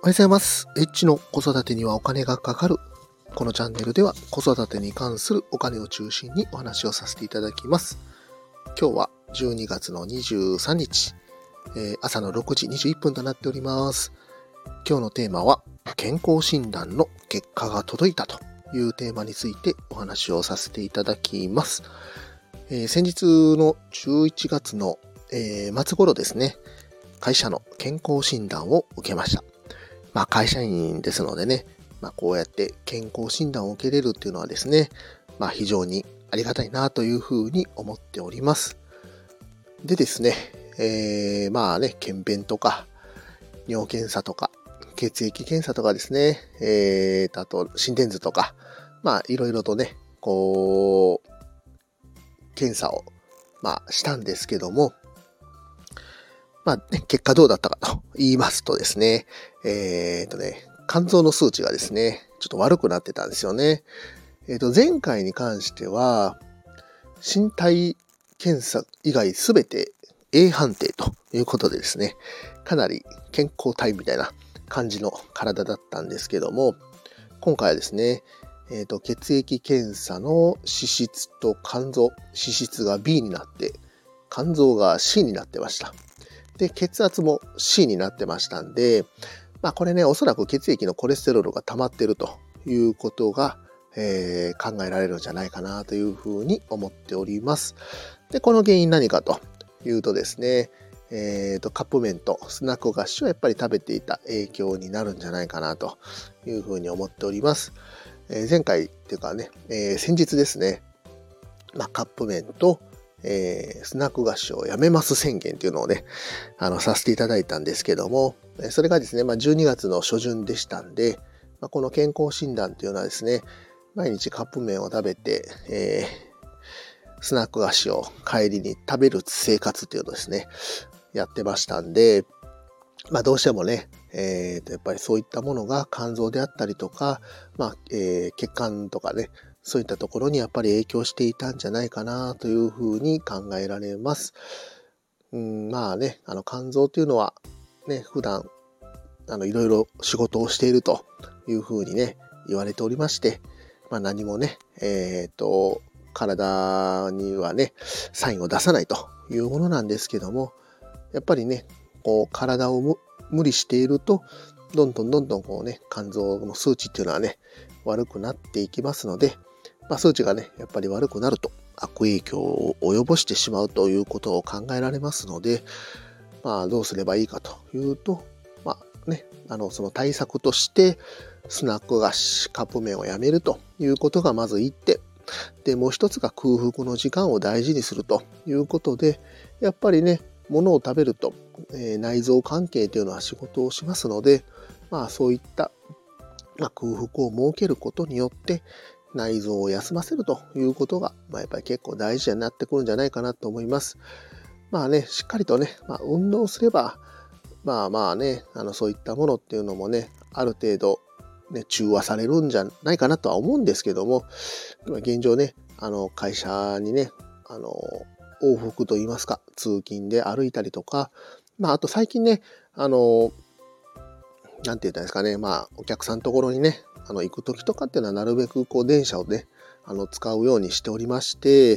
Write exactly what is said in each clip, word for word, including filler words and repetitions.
おはようございます。エッチの子育てにはお金がかかる。このチャンネルでは子育てに関するお金を中心にお話をさせていただきます。今日はじゅうにがつのにじゅうさんにち、えー、朝のろくじにじゅういっぷんとなっております。今日のテーマは健康診断の結果が届いたというテーマについてお話をさせていただきます。えー、先日のじゅういちがつの、えー、末頃ですね、会社の健康診断を受けました。まあ会社員ですのでね、まあこうやって健康診断を受けれるっていうのはですね、まあ非常にありがたいなというふうに思っております。でですね、えー、まあね、検便とか尿検査とか血液検査とかですね、えーと、あと心電図とか、まあいろいろとね、こう、検査をまあしたんですけども、まあね、結果どうだったかと言いますとですね、えーとね、肝臓の数値がですね、ちょっと悪くなってたんですよね。えーと、前回に関しては、身体検査以外すべて A 判定ということでですね、かなり健康体みたいな感じの体だったんですけども、今回はですね、えーと、血液検査の脂質と肝臓、脂質が B になって、肝臓が C になってました。で、血圧も C になってましたんで、まあこれね、おそらく血液のコレステロールが溜まってるということが、えー、考えられるんじゃないかなというふうに思っております。で、この原因何かというとですね、えーと、カップ麺とスナック菓子をやっぱり食べていた影響になるんじゃないかなというふうに思っております。えー、前回っていうかね、えー、先日ですね、まあカップ麺とえー、スナック菓子をやめます宣言というのをね、あの、させていただいたんですけども、それがですね、まあ、じゅうにがつの初旬でしたんで、まあ、この健康診断というのはですね、毎日カップ麺を食べて、えー、スナック菓子を帰りに食べる生活というのをですね、やってましたんで、まあどうしてもね、えーと、やっぱりそういったものが肝臓であったりとか、まあ、えー、血管とかね、そういったところにやっぱり影響していたんじゃないかなというふうに考えられます。うん、まあね、あの肝臓というのはね、普段あのいろいろ仕事をしているというふうにね、言われておりまして、まあ何もね、えっと、体にはね、サインを出さないというものなんですけども、やっぱりね、こう体を無理していると、どんどんどんどんこうね、肝臓の数値っていうのはね、悪くなっていきますので、まあ、数値がね、やっぱり悪くなると悪影響を及ぼしてしまうということを考えられますので、まあ、どうすればいいかというと、まあね、あの、その対策として、スナック菓子、カップ麺をやめるということがまず一点。で、もう一つが空腹の時間を大事にするということで、やっぱりね、物を食べると、えー、内臓関係というのは仕事をしますので、まあそういった、まあ、空腹を設けることによって、内臓を休ませるということが、まあ、やっぱり結構大事になってくるんじゃないかなと思います。まあね、しっかりとね、まあ、運動すれば、まあまあね、あのそういったものっていうのもね、ある程度、ね、中和されるんじゃないかなとは思うんですけども、現状ね、あの会社にね、あの往復といいますか、通勤で歩いたりとか、まああと最近ね、あの、なんて言ったんですかね、まあお客さんのところにね、あの行く時とかっていうのはなるべくこう電車をね、あの使うようにしておりまして、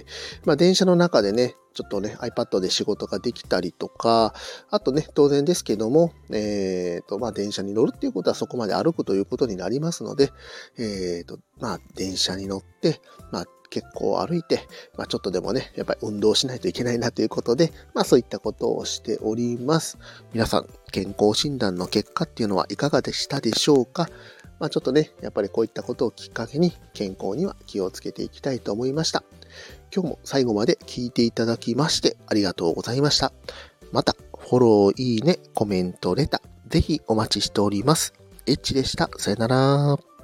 まあ電車の中でね、ちょっとね、iPad で仕事ができたりとか、あとね、当然ですけども、えっと、まあ電車に乗るっていうことはそこまで歩くということになりますので、えっと、まあ電車に乗って、まあ結構歩いて、まあちょっとでもね、やっぱり運動しないといけないなということで、まあそういったことをしております。皆さん、健康診断の結果っていうのはいかがでしたでしょうか？まあちょっとね、やっぱりこういったことをきっかけに健康には気をつけていきたいと思いました。今日も最後まで聞いていただきましてありがとうございました。また、フォロー、いいね、コメント、レター、ぜひお待ちしております。エッチでした。さよなら。